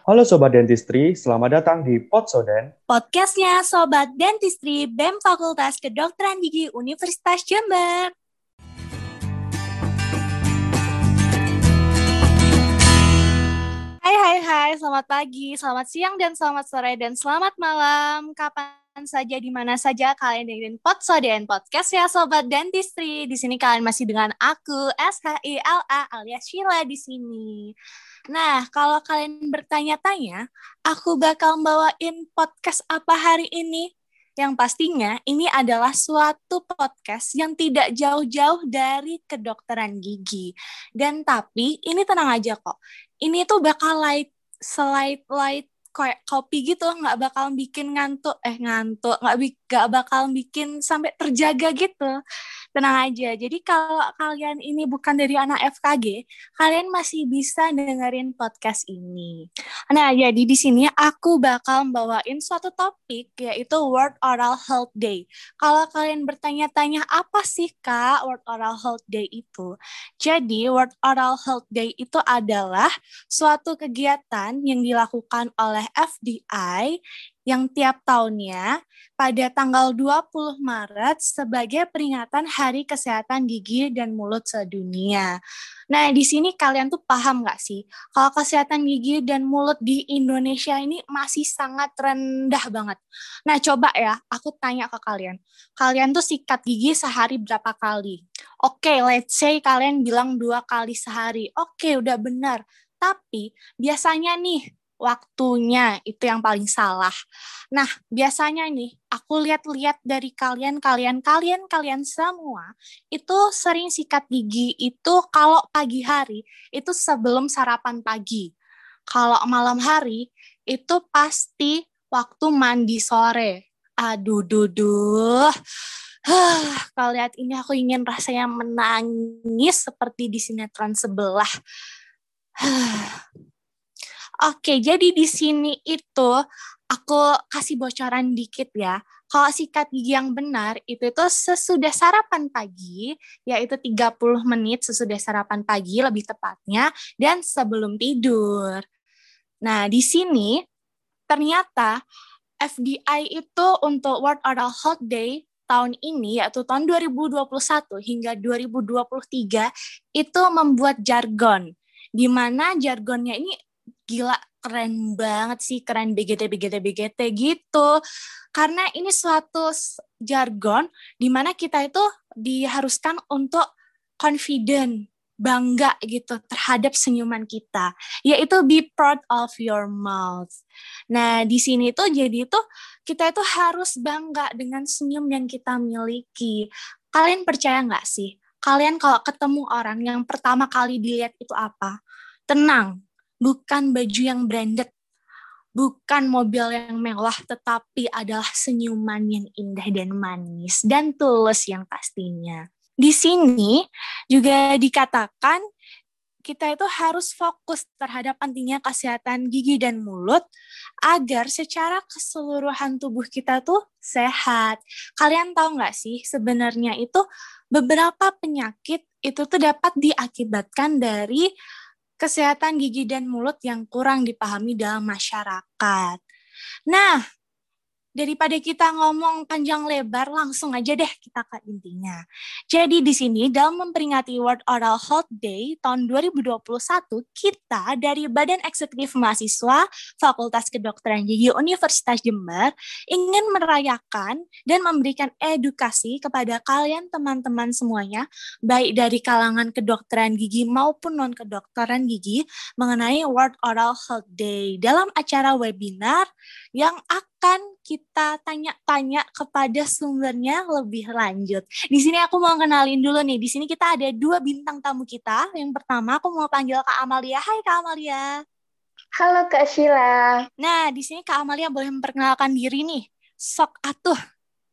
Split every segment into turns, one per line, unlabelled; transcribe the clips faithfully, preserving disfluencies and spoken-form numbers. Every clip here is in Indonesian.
Halo Sobat Dentistry, selamat datang di Podsoden.
Podcastnya Sobat Dentistry B E M Fakultas Kedokteran Gigi Universitas Jember. Hai hai hai, selamat pagi, selamat siang, dan selamat sore, dan selamat malam. Kapan saja, di mana saja kalian dengerin Podsoden, podcast ya Sobat Dentistry. Di sini kalian masih dengan aku, S H I L A alias Sheila di sini. Nah, kalau kalian bertanya-tanya, aku bakal bawain podcast apa hari ini? Yang pastinya ini adalah suatu podcast yang tidak jauh-jauh dari kedokteran gigi. Dan tapi ini tenang aja kok. Ini tuh bakal light, slight light kayak kopi gitu, nggak bakal bikin ngantuk, eh ngantuk, nggak, nggak bakal bikin sampai terjaga gitu. Tenang aja. Jadi kalau kalian ini bukan dari anak F K G, kalian masih bisa dengerin podcast ini. Nah, jadi di sini aku bakal bawain suatu topik, yaitu World Oral Health Day. Kalau kalian bertanya-tanya apa sih Kak World Oral Health Day itu? Jadi World Oral Health Day itu adalah suatu kegiatan yang dilakukan oleh F D I yang tiap tahunnya pada tanggal dua puluh Maret sebagai peringatan Hari Kesehatan Gigi dan Mulut Sedunia. Nah, di sini kalian tuh paham nggak sih? Kalau kesehatan gigi dan mulut di Indonesia ini masih sangat rendah banget. Nah, coba ya, aku tanya ke kalian. Kalian tuh sikat gigi sehari berapa kali? Oke, let's say kalian bilang dua kali sehari. Oke, udah benar. Tapi biasanya nih, waktunya itu yang paling salah. Nah, biasanya nih, aku lihat-lihat dari kalian, kalian, kalian, kalian semua, itu sering sikat gigi itu kalau pagi hari, itu sebelum sarapan pagi. Kalau malam hari, itu pasti waktu mandi sore. Aduh, duh, duh. Huh, kalau lihat ini aku ingin rasanya menangis seperti di sinetron sebelah. Huh. Oke, jadi di sini itu aku kasih bocoran dikit ya. Kalau sikat gigi yang benar itu itu sesudah sarapan pagi, yaitu tiga puluh menit sesudah sarapan pagi lebih tepatnya, dan sebelum tidur. Nah, di sini ternyata F D I itu untuk World Oral Health Day tahun ini, yaitu tahun dua ribu dua puluh satu hingga dua ribu dua puluh tiga, itu membuat jargon. Di mana jargonnya ini gila keren banget sih, keren B G T B G T B G T gitu. Karena ini suatu jargon di mana kita itu diharuskan untuk confident, bangga gitu terhadap senyuman kita, yaitu be proud of your mouth. Nah, di sini tuh jadi tuh kita itu harus bangga dengan senyum yang kita miliki. Kalian percaya nggak sih? Kalian kalau ketemu orang yang pertama kali dilihat itu apa? Tenang, bukan baju yang branded, bukan mobil yang mewah, tetapi adalah senyuman yang indah dan manis dan tulus yang pastinya. Di sini juga dikatakan kita itu harus fokus terhadap pentingnya kesehatan gigi dan mulut agar secara keseluruhan tubuh kita tuh sehat. Kalian tahu nggak sih sebenarnya itu beberapa penyakit itu tuh dapat diakibatkan dari kesehatan gigi dan mulut yang kurang dipahami dalam masyarakat. Nah, daripada kita ngomong panjang lebar, langsung aja deh kita ke intinya. Jadi di sini dalam memperingati World Oral Health Day tahun dua ribu dua puluh satu, kita dari Badan Eksekutif Mahasiswa Fakultas Kedokteran Gigi Universitas Jember ingin merayakan dan memberikan edukasi kepada kalian teman-teman semuanya, baik dari kalangan kedokteran gigi maupun non-kedokteran gigi, mengenai World Oral Health Day dalam acara webinar yang akan kita tanya-tanya kepada sumbernya lebih lanjut. Di sini aku mau kenalin dulu nih. Di sini kita ada dua bintang tamu kita. Yang pertama aku mau panggil Kak Amalia. Hai Kak Amalia.
Halo Kak Sheila.
Nah, di sini Kak Amalia boleh memperkenalkan diri nih. Sok atuh.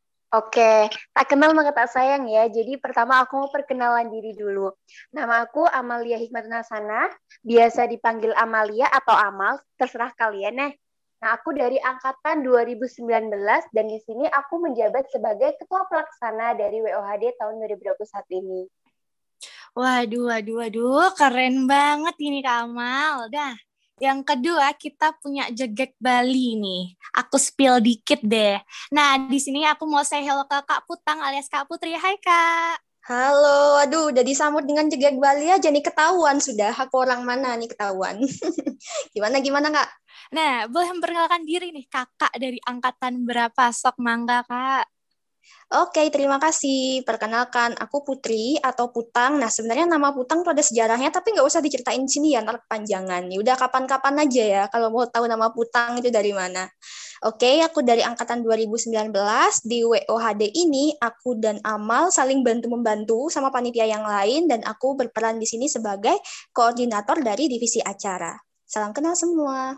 Oke, tak kenal maka tak sayang ya. Jadi pertama aku mau perkenalan diri dulu. Nama aku Amalia Hikmatun Hasanah, biasa dipanggil Amalia atau Amal, terserah kalian ya. Nah, aku dari angkatan dua ribu sembilan belas dan di sini aku menjabat sebagai ketua pelaksana dari W O H D tahun dua ribu dua puluh satu ini.
Waduh, waduh, waduh, keren banget ini Kak Amal. Dah, Yang kedua, kita punya Jegek Bali nih. Aku spill dikit deh. Nah, di sini aku mau say hello ke Kak Putang alias Kak Putri. Hai, Kak.
Halo, aduh udah disambut dengan Jegek Bali aja nih, ketahuan sudah aku orang mana nih, ketahuan. Gimana gimana Kak?
Nah, boleh memperkenalkan diri nih, Kakak dari angkatan berapa? Sok mangga, Kak.
Oke, terima kasih. Perkenalkan, aku Putri atau Putang. Nah, sebenarnya nama Putang tuh ada sejarahnya, tapi nggak usah diceritain di sini ya, ntar kepanjangan. Ya udah kapan-kapan aja ya, kalau mau tahu nama Putang itu dari mana. Oke, aku dari angkatan dua ribu sembilan belas. Di W O H D ini, aku dan Amal saling bantu-membantu sama panitia yang lain, dan aku berperan di sini sebagai koordinator dari divisi acara. Salam kenal semua.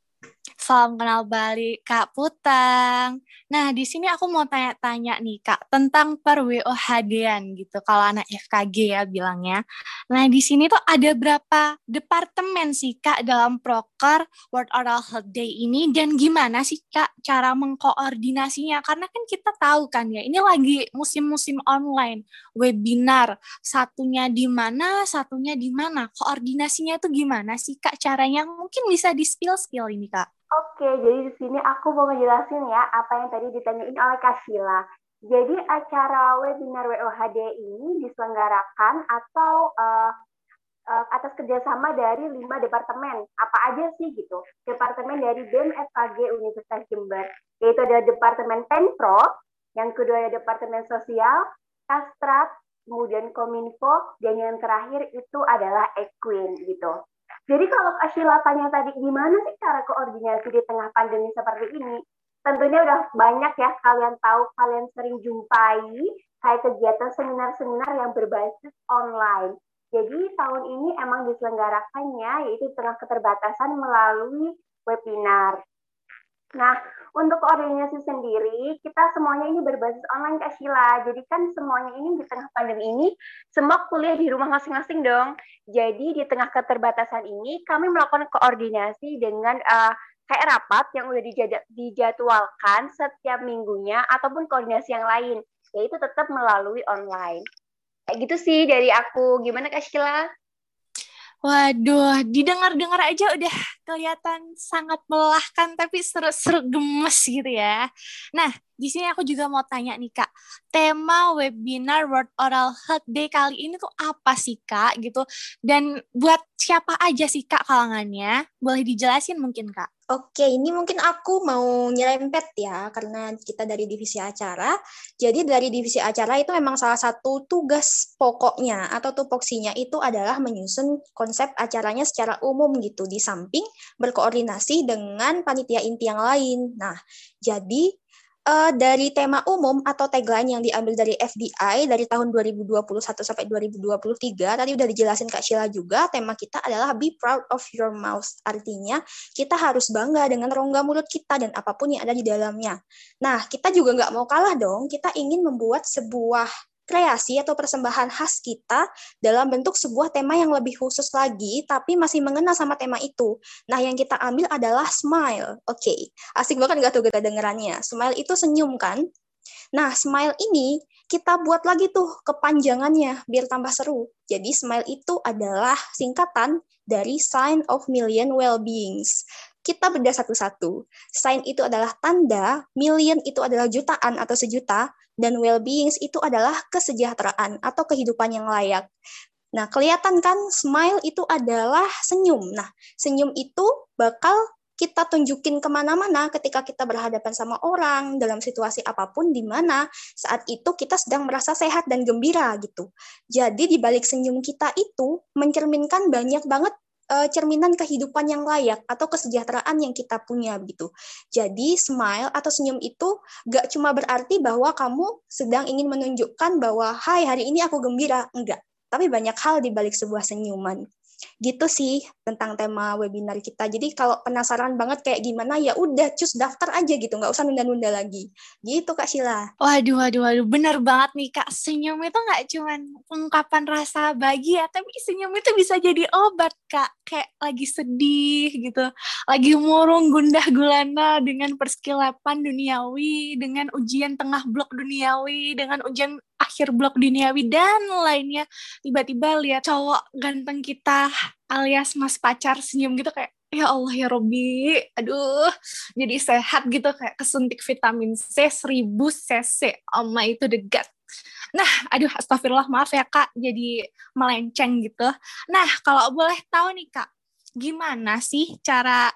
Salam kenal Bali, Kak Putang. Nah, di sini aku mau tanya-tanya nih, Kak, tentang per W O H D-an gitu, kalau anak F K G ya bilangnya. Nah, di sini tuh ada berapa departemen sih, Kak, dalam proker World Oral Health Day ini, dan gimana sih, Kak, cara mengkoordinasinya? Karena kan kita tahu kan ya, ini lagi musim-musim online, webinar, satunya di mana, satunya di mana. Koordinasinya tuh gimana sih, Kak, caranya? Mungkin bisa di-spill-spill ini, Kak.
Oke, jadi di sini aku mau ngejelasin ya apa yang tadi ditanyain oleh Kak Sheila. Jadi acara webinar W O H D ini diselenggarakan atau uh, uh, atas kerjasama dari lima departemen. Apa aja sih gitu? Departemen dari B E M F K G Universitas Jember, yaitu ada Departemen Penpro, yang kedua ada Departemen Sosial, Kastrat, kemudian Kominfo, dan yang terakhir itu adalah Equin gitu. Jadi kalau Kak Sheila tanya tadi, gimana sih cara koordinasi di tengah pandemi seperti ini? Tentunya udah banyak ya kalian tahu, kalian sering jumpai kayak kegiatan seminar-seminar yang berbasis online. Jadi tahun ini emang diselenggarakannya yaitu tengah keterbatasan melalui webinar. Nah, untuk koordinasi sendiri, kita semuanya ini berbasis online, Kak Sheila. Jadi kan semuanya ini di tengah pandemi ini, semua kuliah di rumah masing-masing dong. Jadi di tengah keterbatasan ini, kami melakukan koordinasi dengan uh, kayak rapat yang udah dijadwalkan setiap minggunya, ataupun koordinasi yang lain, yaitu tetap melalui online. Kayak gitu sih dari aku. Gimana, Kak Sheila?
Waduh, didengar-dengar aja udah kelihatan sangat melelahkan, tapi seru-seru gemes gitu ya. Nah, di sini aku juga mau tanya nih, Kak. Tema webinar World Oral Health Day kali ini tuh apa sih, Kak? Gitu. Dan buat siapa aja sih, Kak, kalangannya? Boleh dijelasin mungkin, Kak?
Oke, ini mungkin aku mau nyerempet ya, karena kita dari divisi acara. Jadi dari divisi acara itu memang salah satu tugas pokoknya atau tupoksinya itu adalah menyusun konsep acaranya secara umum gitu, di samping berkoordinasi dengan panitia inti yang lain. Nah, jadi Uh, dari tema umum atau tagline yang diambil dari F D I dari tahun dua ribu dua puluh satu sampai dua ribu dua puluh tiga, tadi udah dijelasin Kak Sheila juga, tema kita adalah Be Proud of Your Mouth. Artinya, kita harus bangga dengan rongga mulut kita dan apapun yang ada di dalamnya. Nah, kita juga nggak mau kalah dong, kita ingin membuat sebuah kreasi atau persembahan khas kita dalam bentuk sebuah tema yang lebih khusus lagi, tapi masih mengenal sama tema itu. Nah, yang kita ambil adalah smile. Oke, okay. Asik banget nggak tuh kedengerannya? Smile itu senyum kan? Nah, smile ini kita buat lagi tuh kepanjangannya biar tambah seru. Jadi, smile itu adalah singkatan dari Sign of Million Well-beings. Kita bedah satu-satu. Sign itu adalah tanda, million itu adalah jutaan atau sejuta, dan well-beings itu adalah kesejahteraan atau kehidupan yang layak. Nah, kelihatan kan smile itu adalah senyum. Nah, senyum itu bakal kita tunjukin kemana-mana ketika kita berhadapan sama orang, dalam situasi apapun, di mana saat itu kita sedang merasa sehat dan gembira gitu. Jadi, di balik senyum kita itu mencerminkan banyak banget cerminan kehidupan yang layak atau kesejahteraan yang kita punya gitu. Jadi smile atau senyum itu gak cuma berarti bahwa kamu sedang ingin menunjukkan bahwa hai hari ini aku gembira, enggak. Tapi banyak hal di balik sebuah senyuman. Gitu sih tentang tema webinar kita. Jadi kalau penasaran banget kayak gimana, ya udah cus daftar aja gitu, nggak usah nunda-nunda lagi. Gitu Kak Sheila.
Waduh, waduh, waduh, bener banget nih Kak. Senyum itu nggak cuma ungkapan rasa bahagia, tapi senyum itu bisa jadi obat Kak. Kayak lagi sedih gitu, lagi murung gundah gulana dengan perskilapan duniawi, dengan ujian tengah blok duniawi, dengan ujian akhir blok duniawi dan lainnya, tiba-tiba lihat cowok ganteng kita alias mas pacar senyum gitu kayak Ya Allah ya Robby, aduh, jadi sehat gitu kayak kesuntik vitamin C seribu cc, oh my itu degat. Nah, aduh astagfirullah maaf ya Kak, jadi melenceng gitu. Nah, kalau boleh tahu nih Kak, gimana sih cara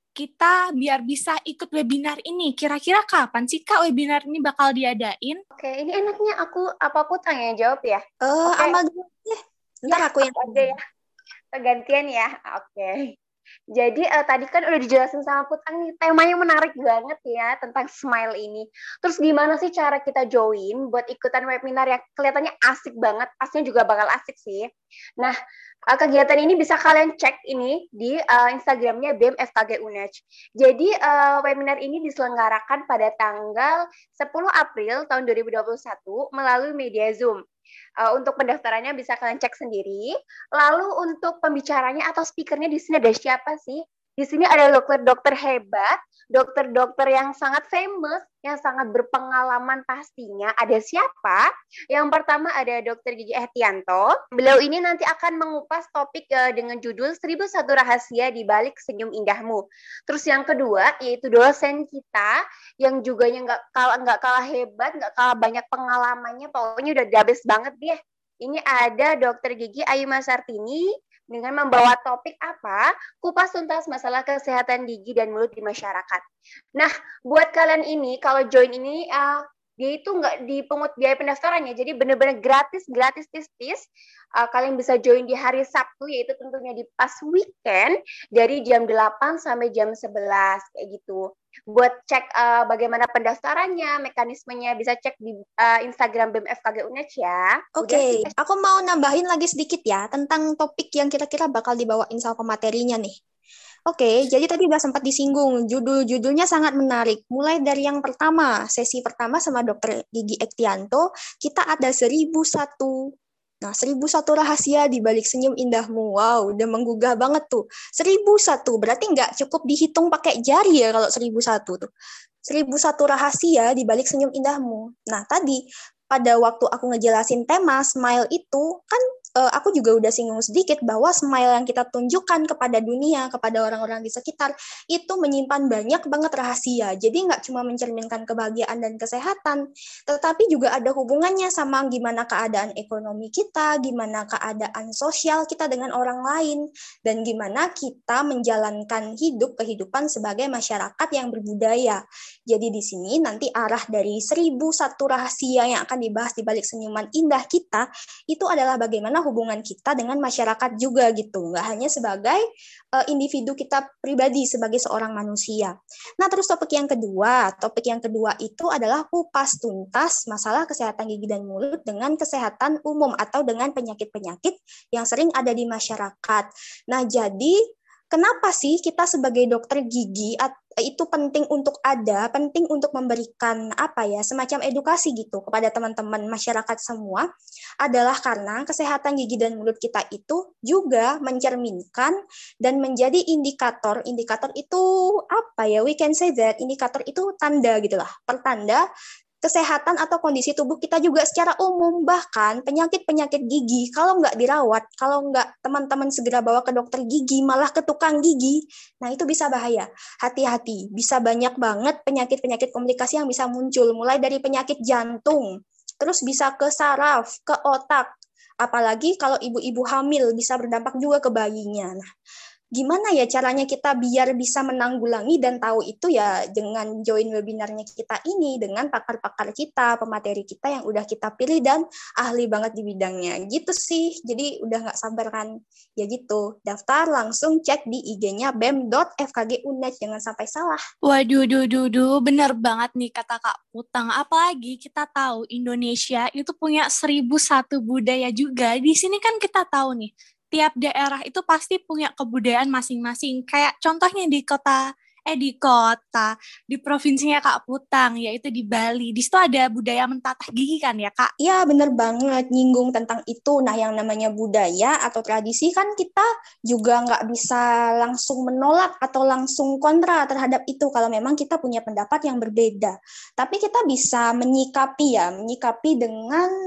kita biar bisa ikut webinar ini? Kira-kira kapan sih Kak webinar ini bakal diadain?
Oke, ini enaknya aku apa aku tanya jawab ya?
Eh,
Oke,
Amal dulu deh. Ntar
ya
aku yang
aku aja ya. Gantian ya. Oke. Jadi eh, tadi kan udah dijelasin sama Putang nih, temanya menarik banget ya tentang Smile ini. Terus gimana sih cara kita join buat ikutan webinar yang kelihatannya asik banget, pastinya juga bakal asik sih. Nah, eh, kegiatan ini bisa kalian cek ini di eh, Instagramnya B E M F K G U N E D. Jadi eh, webinar ini diselenggarakan pada tanggal sepuluh April tahun dua ribu dua puluh satu melalui media Zoom. Uh, untuk pendaftarannya bisa kalian cek sendiri. Lalu untuk pembicaranya atau speakernya di sini ada siapa sih? Di sini ada dokter-dokter hebat, dokter-dokter yang sangat famous, yang sangat berpengalaman pastinya. Ada siapa? Yang pertama ada dokter Gigi Ehtianto. Beliau ini nanti akan mengupas topik uh, dengan judul seribu satu Rahasia di Balik Senyum Indahmu. Terus yang kedua yaitu dosen kita yang juga nggak kalah nggak kalah hebat, nggak kalah banyak pengalamannya, pokoknya udah dabes banget dia. Ini ada dokter Gigi Ayu Masartini dengan membawa topik apa? Kupas tuntas masalah kesehatan gigi dan mulut di masyarakat. Nah, buat kalian ini, kalau join ini, uh, dia itu nggak dipungut biaya pendaftarannya, jadi benar-benar gratis, gratis, tis-tis. Uh, kalian bisa join di hari Sabtu, yaitu tentunya di pas weekend, dari jam delapan sampai jam sebelas, kayak gitu. Buat cek uh, bagaimana pendaftarannya, mekanismenya, bisa cek di uh, Instagram B E M F K G U N E D ya.
Oke, okay. Aku mau nambahin lagi sedikit ya tentang topik yang kira-kira bakal dibawain sama pematerinya nih. Oke, okay, jadi tadi udah sempat disinggung, judul-judulnya sangat menarik. Mulai dari yang pertama, sesi pertama sama dokter Gigi Ehtianto, kita ada seribu satu. Nah, seribu satu rahasia di balik senyum indahmu. Wow, udah menggugah banget tuh. Seribu satu, berarti nggak cukup dihitung pakai jari ya kalau seribu satu tuh. Seribu satu rahasia di balik senyum indahmu. Nah, tadi pada waktu aku ngejelasin tema Smile itu, kan uh, aku juga udah singgung sedikit bahwa smile yang kita tunjukkan kepada dunia, kepada orang-orang di sekitar, itu menyimpan banyak banget rahasia. Jadi nggak cuma mencerminkan kebahagiaan dan kesehatan, tetapi juga ada hubungannya sama gimana keadaan ekonomi kita, gimana keadaan sosial kita dengan orang lain, dan gimana kita menjalankan hidup kehidupan sebagai masyarakat yang berbudaya. Jadi di sini nanti arah dari seribu satu rahasia yang akan dibahas di balik senyuman indah kita, itu adalah bagaimana hubungan kita dengan masyarakat juga gitu. Nggak hanya sebagai uh, individu kita pribadi, sebagai seorang manusia. Nah, terus topik yang kedua. Topik yang kedua itu adalah kupas tuntas masalah kesehatan gigi dan mulut dengan kesehatan umum atau dengan penyakit-penyakit yang sering ada di masyarakat. Nah, jadi kenapa sih kita sebagai dokter gigi itu penting untuk ada, penting untuk memberikan apa ya, semacam edukasi gitu kepada teman-teman masyarakat semua, adalah karena kesehatan gigi dan mulut kita itu juga mencerminkan dan menjadi indikator, indikator itu apa ya, we can say that, indikator itu tanda gitu lah, pertanda kesehatan atau kondisi tubuh kita juga secara umum. Bahkan penyakit-penyakit gigi, kalau nggak dirawat, kalau nggak teman-teman segera bawa ke dokter gigi, malah ke tukang gigi, nah itu bisa bahaya. Hati-hati, bisa banyak banget penyakit-penyakit komplikasi yang bisa muncul, mulai dari penyakit jantung, terus bisa ke saraf, ke otak, apalagi kalau ibu-ibu hamil bisa berdampak juga ke bayinya. Nah, gimana ya caranya kita biar bisa menanggulangi dan tahu itu ya dengan join webinarnya kita ini dengan pakar-pakar kita, pemateri kita yang udah kita pilih dan ahli banget di bidangnya. Gitu sih. Jadi udah nggak sabar kan? Ya gitu. Daftar langsung cek di I G-nya b e m dot f k g u n e d. Jangan sampai salah.
Waduh, duh, duh, duh. Bener banget nih kata Kak Putang. Apalagi kita tahu Indonesia itu punya seribu satu budaya juga. Di sini kan kita tahu nih, tiap daerah itu pasti punya kebudayaan masing-masing. Kayak contohnya di kota, eh di kota, di provinsinya Kak Putang, yaitu di Bali. Di situ ada budaya mentatah gigi kan ya Kak?
Iya bener banget, nyinggung tentang itu. Nah yang namanya budaya atau tradisi kan kita juga nggak bisa langsung menolak atau langsung kontra terhadap itu kalau memang kita punya pendapat yang berbeda. Tapi kita bisa menyikapi ya, menyikapi dengan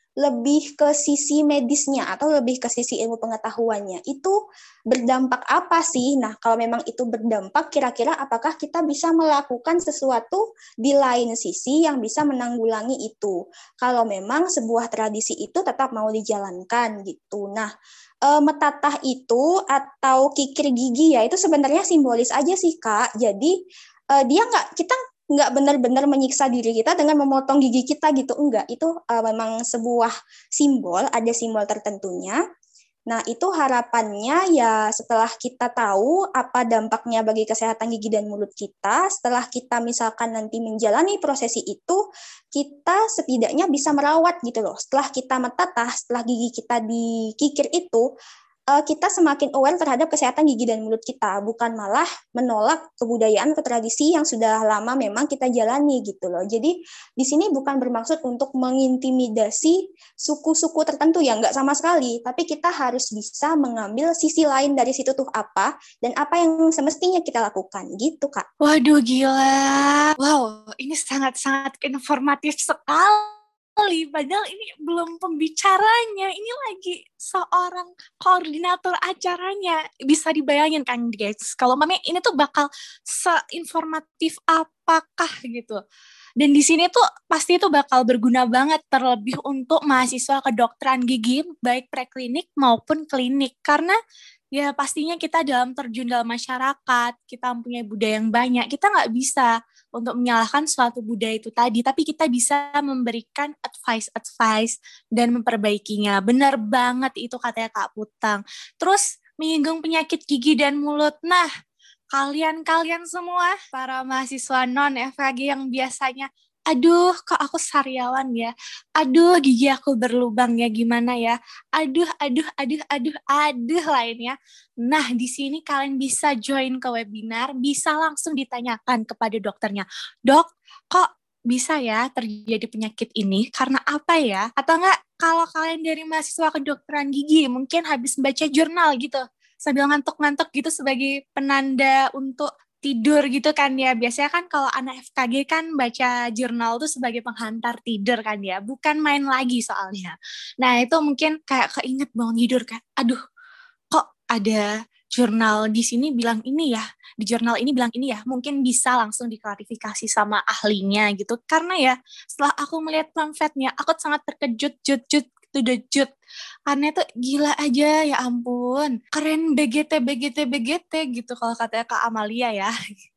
lebih ke sisi medisnya atau lebih ke sisi ilmu pengetahuannya. Itu berdampak apa sih? Nah, kalau memang itu berdampak, kira-kira apakah kita bisa melakukan sesuatu di lain sisi yang bisa menanggulangi itu? Kalau memang sebuah tradisi itu tetap mau dijalankan gitu. Nah, e, metatah itu atau kikir gigi ya, itu sebenarnya simbolis aja sih, Kak. Jadi, e, dia nggak, kita nggak benar-benar menyiksa diri kita dengan memotong gigi kita gitu, enggak. Itu uh, memang sebuah simbol, ada simbol tertentunya. Nah, itu harapannya ya setelah kita tahu apa dampaknya bagi kesehatan gigi dan mulut kita, setelah kita misalkan nanti menjalani prosesi itu, kita setidaknya bisa merawat gitu loh. Setelah kita metatah, setelah gigi kita dikikir itu, kita semakin aware terhadap kesehatan gigi dan mulut kita, bukan malah menolak kebudayaan atau tradisi yang sudah lama memang kita jalani gitu loh. Jadi di sini bukan bermaksud untuk mengintimidasi suku-suku tertentu ya, nggak sama sekali, tapi kita harus bisa mengambil sisi lain dari situ tuh apa, dan apa yang semestinya kita lakukan gitu, Kak.
Waduh, gila. Wow, ini sangat-sangat informatif sekali. Padahal ini belum pembicaranya, ini lagi seorang koordinator acaranya. Bisa dibayangin kan guys, kalau Mami ini tuh bakal seinformatif apakah gitu. Dan di sini tuh pasti itu bakal berguna banget, terlebih untuk mahasiswa kedokteran gigi, baik preklinik maupun klinik. Karena ya pastinya kita dalam terjun dalam masyarakat, kita mempunyai budaya yang banyak, kita nggak bisa untuk menyalahkan suatu budaya itu tadi, tapi kita bisa memberikan advice-advice dan memperbaikinya. Benar banget itu katanya Kak Putang. Terus menyinggung penyakit gigi dan mulut. Nah, kalian-kalian semua, para mahasiswa non-F K G yang biasanya, aduh kok aku sariawan ya, aduh gigi aku berlubang ya, gimana ya, aduh, aduh, aduh, aduh, aduh lainnya. Nah, di sini kalian bisa join ke webinar, bisa langsung ditanyakan kepada dokternya, dok, kok bisa ya terjadi penyakit ini, karena apa ya? Atau enggak, kalau kalian dari mahasiswa kedokteran gigi, mungkin habis baca jurnal gitu, sambil ngantuk-ngantuk gitu sebagai penanda untuk tidur gitu kan ya. Biasanya kan kalau anak F K G kan baca jurnal tuh sebagai penghantar tidur kan ya. Bukan main lagi soalnya. Nah itu mungkin kayak keinget bangun tidur kan. Aduh kok ada jurnal di sini bilang ini ya. Di jurnal ini bilang ini ya. Mungkin bisa langsung diklarifikasi sama ahlinya gitu. Karena ya setelah aku melihat pamfletnya aku sangat terkejut jut jut itu udah jut. Karena itu gila aja ya ampun. Keren B G T B G T B G T gitu kalau katanya Kak Amalia ya.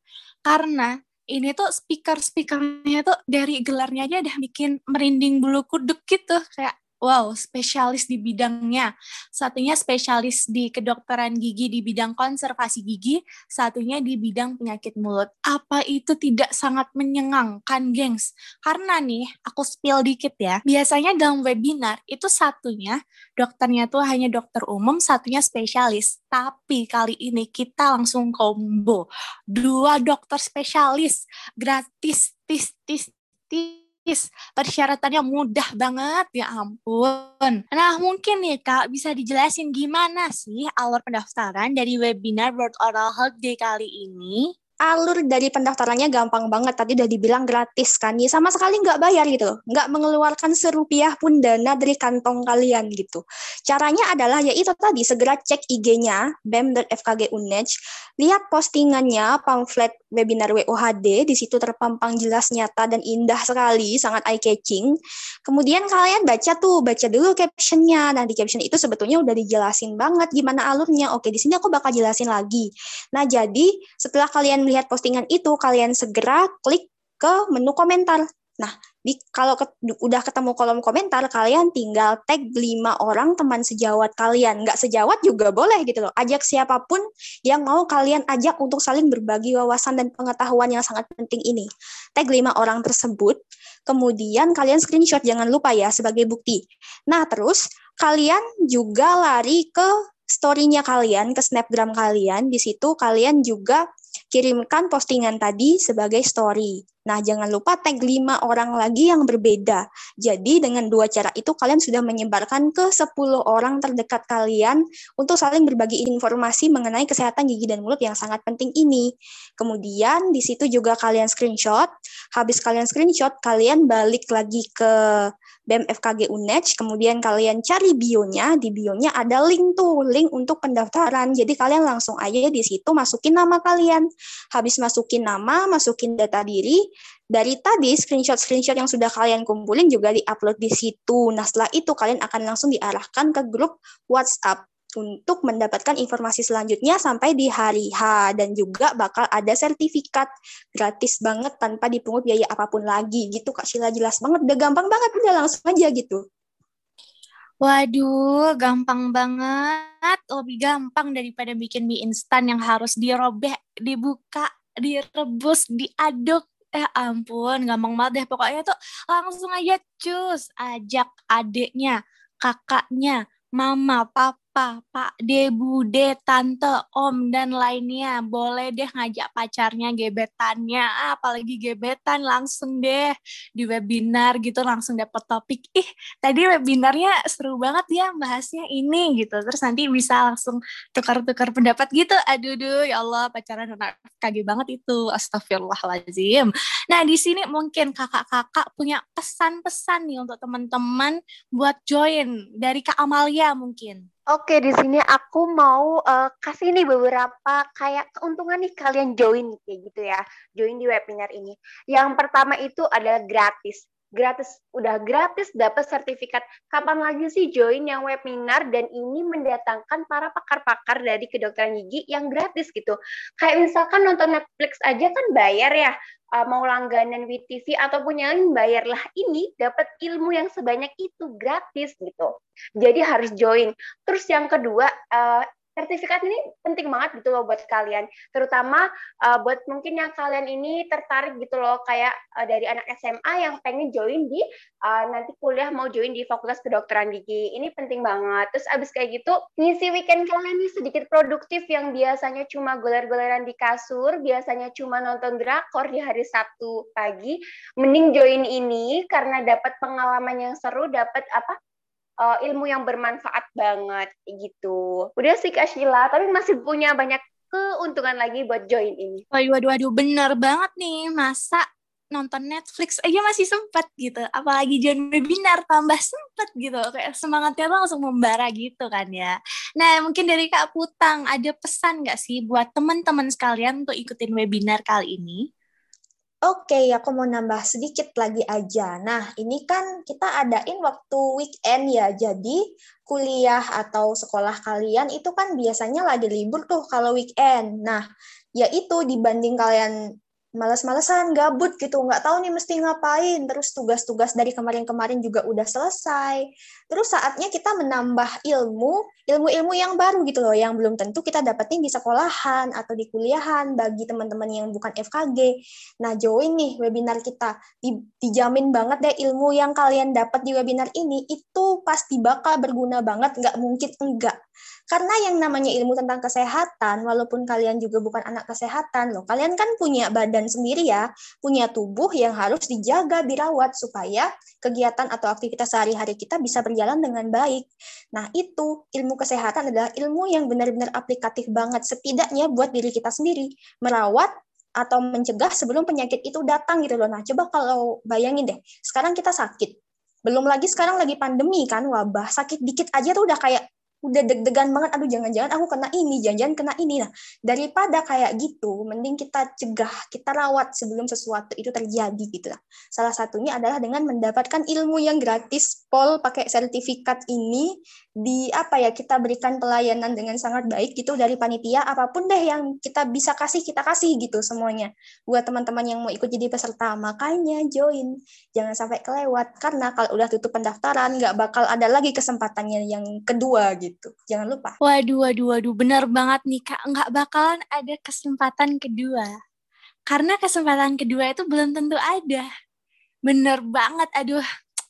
Karena ini tuh speaker-speakernya tuh dari gelarnya aja udah bikin merinding bulu kuduk gitu. Kayak wow, spesialis di bidangnya. Satunya spesialis di kedokteran gigi di bidang konservasi gigi, satunya di bidang penyakit mulut. Apa itu tidak sangat menyengangkan, gengs? Karena nih, aku spill dikit ya. Biasanya dalam webinar, itu satunya, dokternya tuh hanya dokter umum, satunya spesialis. Tapi kali ini kita langsung combo. Dua dokter spesialis, gratis, tis, tis, tis. Persyaratannya mudah banget, ya ampun. Nah mungkin nih Kak bisa dijelasin gimana sih alur pendaftaran dari webinar World Oral Health Day kali ini?
Alur dari pendaftarannya gampang banget, tadi udah dibilang gratis kan, ya sama sekali nggak bayar gitu, nggak mengeluarkan serupiah pun dana dari kantong kalian gitu. Caranya adalah yaitu tadi, segera cek I G-nya b e m dot f k g u n e d, lihat postingannya, pamflet webinar W O H D, di situ terpampang jelas, nyata, dan indah sekali, sangat eye-catching. Kemudian kalian baca tuh, baca dulu captionnya. Nah di caption itu sebetulnya udah dijelasin banget gimana alurnya. Oke, di sini aku bakal jelasin lagi. Nah jadi setelah kalian lihat postingan itu, kalian segera klik ke menu komentar. Nah, di, kalau ke, udah ketemu kolom komentar, kalian tinggal tag lima orang teman sejawat kalian. Nggak sejawat juga boleh gitu loh. Ajak siapapun yang mau kalian ajak untuk saling berbagi wawasan dan pengetahuan yang sangat penting ini. Tag lima orang tersebut, kemudian kalian screenshot, jangan lupa ya, sebagai bukti. Nah, terus kalian juga lari ke story-nya kalian, ke snapgram kalian. Di situ kalian juga kirimkan postingan tadi sebagai story. Nah, jangan lupa tag lima orang lagi yang berbeda. Jadi, dengan dua cara itu kalian sudah menyebarkan ke sepuluh orang terdekat kalian untuk saling berbagi informasi mengenai kesehatan gigi dan mulut yang sangat penting ini. Kemudian, di situ juga kalian screenshot. Habis kalian screenshot, kalian balik lagi ke B M F K G U N E D, kemudian kalian cari bionya. Di bionya ada link tuh, link untuk pendaftaran. Jadi, kalian langsung aja di situ masukin nama kalian. Habis masukin nama, masukin data diri. Dari tadi screenshot-screenshot yang sudah kalian kumpulin juga di-upload di situ. Nah, setelah itu kalian akan langsung diarahkan ke grup WhatsApp untuk mendapatkan informasi selanjutnya sampai di hari H. Dan juga bakal ada sertifikat gratis banget tanpa dipungut biaya apapun lagi. Gitu Kak Sheila, jelas banget. Udah gampang banget, udah langsung aja gitu.
Waduh, gampang banget. Lebih gampang daripada bikin mie instan yang harus dirobek, dibuka, direbus, diaduk. Eh ampun, gampang banget deh. Pokoknya tuh langsung aja cus, ajak adeknya, kakaknya, mama, papa, pak de, bude, tante, om, dan lainnya. Boleh deh ngajak pacarnya, gebetannya, ah, apalagi gebetan, langsung deh di webinar gitu, langsung dapet topik. Ih, tadi webinarnya seru banget ya bahasnya ini gitu. Terus nanti bisa langsung tukar-tukar pendapat gitu. Aduh, duh, ya Allah, pacaran anak K G banget itu. Astagfirullahaladzim. Nah, di sini mungkin kakak-kakak punya pesan-pesan nih untuk teman-teman buat join dari Kak Amalia mungkin.
Oke, di sini aku mau uh, kasih nih beberapa kayak keuntungan nih kalian join kayak gitu ya. Join di webinar ini. Yang pertama itu adalah gratis. Gratis, udah gratis dapat sertifikat. Kapan lagi sih join yang webinar dan ini mendatangkan para pakar-pakar dari kedokteran gigi yang gratis gitu. Kayak misalkan nonton Netflix aja kan bayar ya. Uh, mau langganan W T V ataupun yang lain bayarlah, ini dapat ilmu yang sebanyak itu gratis gitu. Jadi harus join. Terus yang kedua, uh, sertifikat ini penting banget gitu loh buat kalian, terutama uh, buat mungkin yang kalian ini tertarik gitu loh, kayak uh, dari anak S M A yang pengen join di uh, nanti kuliah mau join di Fakultas Kedokteran Gigi, ini penting banget. Terus abis kayak gitu ngisi weekend kalian ini sedikit produktif, yang biasanya cuma goler-goleran di kasur, biasanya cuma nonton drakor di hari Sabtu pagi, mending join ini karena dapat pengalaman yang seru, dapat apa Uh, ilmu yang bermanfaat banget gitu. Udah sih Kak Sheila, tapi masih punya banyak keuntungan lagi buat join ini.
Waduh, waduh, waduh, bener banget nih. Masa nonton Netflix aja masih sempat gitu. Apalagi join webinar tambah sempat gitu. Kayak semangatnya langsung membara gitu kan ya. Nah, mungkin dari Kak Putang, ada pesan nggak sih buat teman-teman sekalian untuk ikutin webinar kali ini?
Oke, aku mau nambah sedikit lagi aja. Nah, ini kan kita adain waktu weekend ya, jadi kuliah atau sekolah kalian itu kan biasanya lagi libur tuh kalau weekend. Nah, ya itu dibanding kalian males-malesan, gabut gitu, nggak tahu nih mesti ngapain, terus tugas-tugas dari kemarin-kemarin juga udah selesai. Terus saatnya kita menambah ilmu, ilmu-ilmu yang baru gitu loh, yang belum tentu kita dapetin di sekolahan atau di kuliahan bagi teman-teman yang bukan F K G. Nah, join nih webinar kita. Dijamin banget deh ilmu yang kalian dapat di webinar ini, itu pasti bakal berguna banget, nggak mungkin enggak. Karena yang namanya ilmu tentang kesehatan, walaupun kalian juga bukan anak kesehatan loh, kalian kan punya badan sendiri ya, punya tubuh yang harus dijaga, dirawat, supaya kegiatan atau aktivitas sehari-hari kita bisa berjalan dengan baik. Nah, itu ilmu kesehatan adalah ilmu yang benar-benar aplikatif banget, setidaknya buat diri kita sendiri, merawat atau mencegah sebelum penyakit itu datang gitu loh. Nah, coba kalau bayangin deh, sekarang kita sakit, belum lagi sekarang lagi pandemi kan, wabah, sakit dikit aja tuh udah kayak udah deg-degan banget, aduh jangan-jangan aku kena ini, jangan-jangan kena ini. Nah, daripada kayak gitu, mending kita cegah, kita rawat sebelum sesuatu itu terjadi gitu lah. Salah satunya adalah dengan mendapatkan ilmu yang gratis, Pol, pakai sertifikat ini, di apa ya, kita berikan pelayanan dengan sangat baik gitu dari panitia, apapun deh yang kita bisa kasih, kita kasih gitu semuanya. Buat teman-teman yang mau ikut jadi peserta, makanya join. Jangan sampai kelewat, karena kalau udah tutup pendaftaran, nggak bakal ada lagi kesempatannya yang kedua gitu. Gitu. Jangan lupa.
Waduh, waduh, waduh, benar banget nih Kak. Nggak bakalan ada kesempatan kedua. Karena kesempatan kedua itu belum tentu ada. Bener banget, aduh.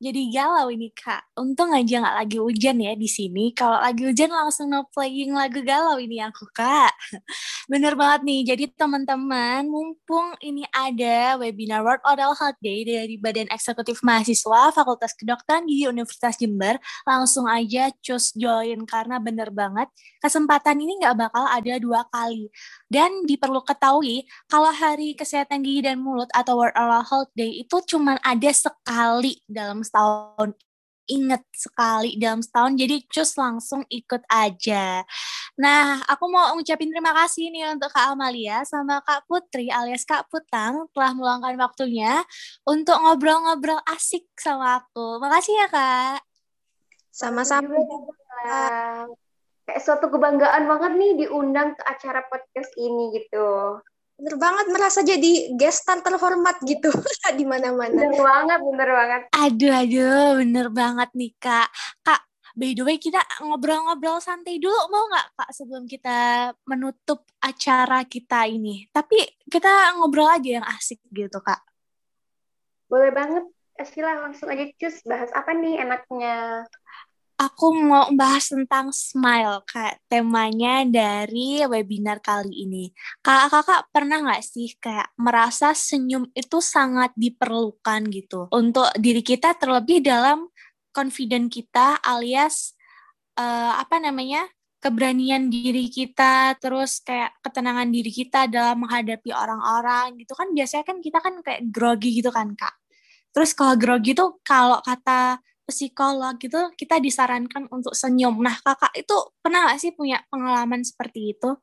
Jadi galau ini Kak. Untung aja nggak lagi hujan ya di sini. Kalau lagi hujan langsung no playing lagu galau ini aku Kak. Bener banget nih. Jadi teman-teman, mumpung ini ada webinar World Oral Health Day dari Badan Eksekutif Mahasiswa Fakultas Kedokteran Gigi Universitas Jember, langsung aja cus join karena bener banget kesempatan ini nggak bakal ada dua kali. Dan diperlu ketahui kalau Hari Kesehatan Gigi dan Mulut atau World Oral Health Day itu cuma ada sekali dalam setahun. Ingat sekali dalam setahun, jadi cus langsung ikut aja. Nah, aku mau ngucapin terima kasih nih untuk Kak Amalia sama Kak Putri alias Kak Putang telah meluangkan waktunya untuk ngobrol-ngobrol asik sama aku. Makasih ya Kak.
Sama-sama.
Juga, kayak suatu kebanggaan banget nih diundang ke acara podcast ini gitu.
Bener banget, merasa jadi guest star terhormat gitu di mana-mana.
Bener banget, bener banget.
Aduh, aduh, bener banget nih Kak. Kak, by the way kita ngobrol-ngobrol santai dulu mau nggak Kak sebelum kita menutup acara kita ini? Tapi kita ngobrol aja yang asik gitu Kak.
Boleh banget. Sila langsung aja cus, bahas apa nih enaknya?
Aku mau bahas tentang smile, Kak. Temanya dari webinar kali ini. Kakak-kakak pernah nggak sih kayak merasa senyum itu sangat diperlukan gitu untuk diri kita terlebih dalam confident kita alias uh, apa namanya keberanian diri kita, terus kayak ketenangan diri kita dalam menghadapi orang-orang gitu kan biasanya kan kita kan kayak grogi gitu kan, Kak. Terus kalau grogi itu kalau kata psikolog gitu kita disarankan untuk senyum. Nah, kakak itu pernah nggak sih punya pengalaman seperti itu?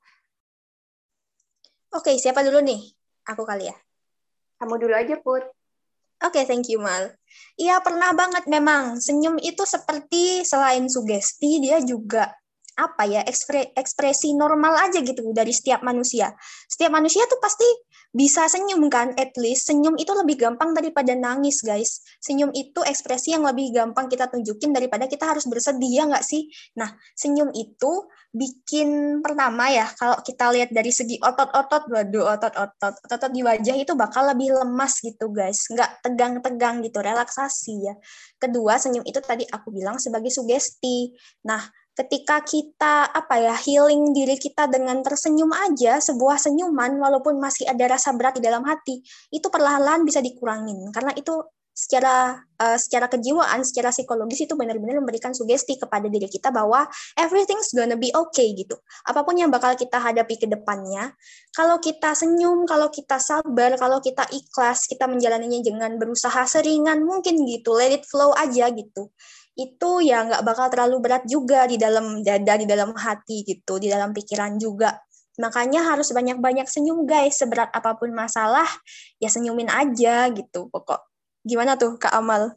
Oke, siapa dulu nih? Aku kali ya?
Kamu dulu aja, Put.
Oke, thank you, Mal. Iya, pernah banget memang. Senyum itu seperti selain sugesti, dia juga apa ya, ekspre, ekspresi normal aja gitu dari setiap manusia. Setiap manusia tuh pasti bisa senyum kan, at least. Senyum itu lebih gampang daripada nangis, guys. Senyum itu ekspresi yang lebih gampang kita tunjukin daripada kita harus bersedih, ya nggak sih? Nah, senyum itu bikin pertama ya, kalau kita lihat dari segi otot-otot, waduh, otot-otot. Otot di wajah itu bakal lebih lemas gitu, guys. Nggak tegang-tegang gitu, relaksasi ya. Kedua, senyum itu tadi aku bilang sebagai sugesti. Nah, ketika kita apa ya healing diri kita dengan tersenyum aja, sebuah senyuman walaupun masih ada rasa berat di dalam hati, itu perlahan-lahan bisa dikurangin karena itu secara uh, secara kejiwaan, secara psikologis itu benar-benar memberikan sugesti kepada diri kita bahwa everything's gonna be okay gitu. Apapun yang bakal kita hadapi ke depannya, kalau kita senyum, kalau kita sabar, kalau kita ikhlas, kita menjalaninya dengan berusaha seringan mungkin gitu, let it flow aja gitu. Itu ya nggak bakal terlalu berat juga di dalam dada, di dalam hati gitu, di dalam pikiran juga. Makanya harus banyak-banyak senyum guys, seberat apapun masalah, ya senyumin aja gitu pokok. Gimana tuh Kak Amal?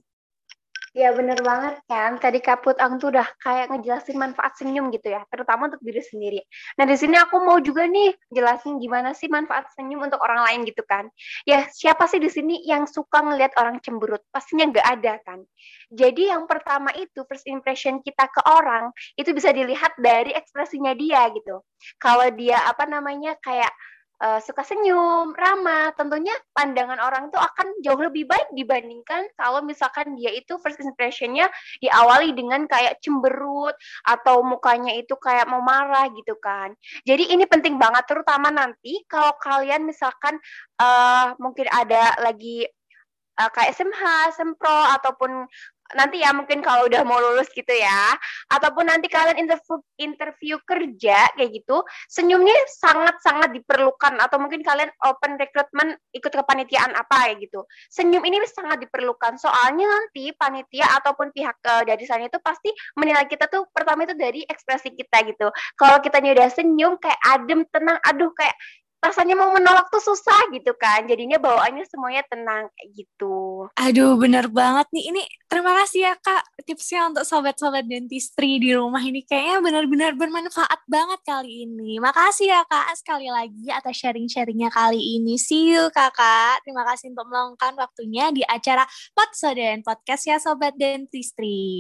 Ya bener banget kan, tadi Kak Putang tuh udah kayak ngejelasin manfaat senyum gitu ya, terutama untuk diri sendiri. Nah di sini aku mau juga nih jelasin gimana sih manfaat senyum untuk orang lain gitu kan. Ya siapa sih di sini yang suka ngelihat orang cemberut? Pastinya nggak ada kan. Jadi yang pertama itu first impression kita ke orang itu bisa dilihat dari ekspresinya dia gitu. Kalau dia apa namanya kayak Uh, suka senyum, ramah, tentunya pandangan orang itu akan jauh lebih baik dibandingkan kalau misalkan dia itu first impression-nya diawali dengan kayak cemberut atau mukanya itu kayak mau marah gitu kan. Jadi ini penting banget terutama nanti kalau kalian misalkan uh, mungkin ada lagi uh, kayak S M H, Sempro ataupun nanti ya mungkin kalau udah mau lulus gitu ya, ataupun nanti kalian interview interview kerja kayak gitu, senyumnya sangat-sangat diperlukan, atau mungkin kalian open recruitment ikut kepanitiaan apa ya gitu, senyum ini sangat diperlukan soalnya nanti panitia ataupun pihak uh, dari sana itu pasti menilai kita tuh pertama itu dari ekspresi kita gitu. Kalau kita udah senyum kayak adem, tenang, aduh kayak rasanya mau menolak tuh susah gitu kan, jadinya bawaannya semuanya tenang kayak gitu.
Aduh bener banget nih, ini terima kasih ya Kak tipsnya untuk sobat-sobat dentistry di rumah ini, kayaknya benar-benar bermanfaat banget kali ini. Makasih ya Kak sekali lagi atas sharing-sharingnya kali ini. See you Kakak, terima kasih untuk meluangkan waktunya di acara Potsoden Podcast ya Sobat Dentistry.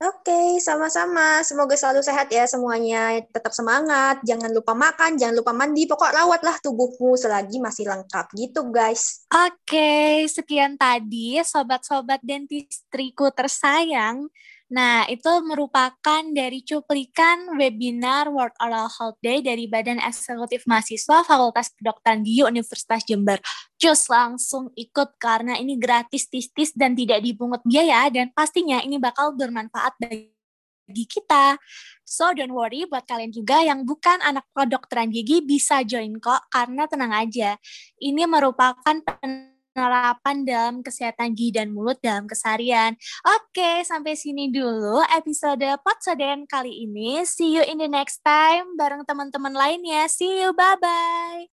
Oke, sama-sama. Semoga selalu sehat ya semuanya. Tetap semangat. Jangan lupa makan, jangan lupa mandi. Pokok rawatlah tubuhmu selagi masih lengkap. Gitu, guys.
Oke, sekian tadi sobat-sobat dentistriku tersayang. Nah, itu merupakan dari cuplikan webinar World Oral Health Day dari Badan Eksekutif Mahasiswa Fakultas Kedokteran Gigi Universitas Jember. Cus, langsung ikut karena ini gratis, tis-tis, dan tidak dipungut biaya, dan pastinya ini bakal bermanfaat bagi kita. So, don't worry, buat kalian juga yang bukan anak kedokteran gigi bisa join kok, karena tenang aja. Ini merupakan penerapan dalam kesehatan gigi dan mulut dalam keseharian. Oke, sampai sini dulu episode Potsoden kali ini. See you in the next time bareng teman-teman lainnya. See you, bye-bye.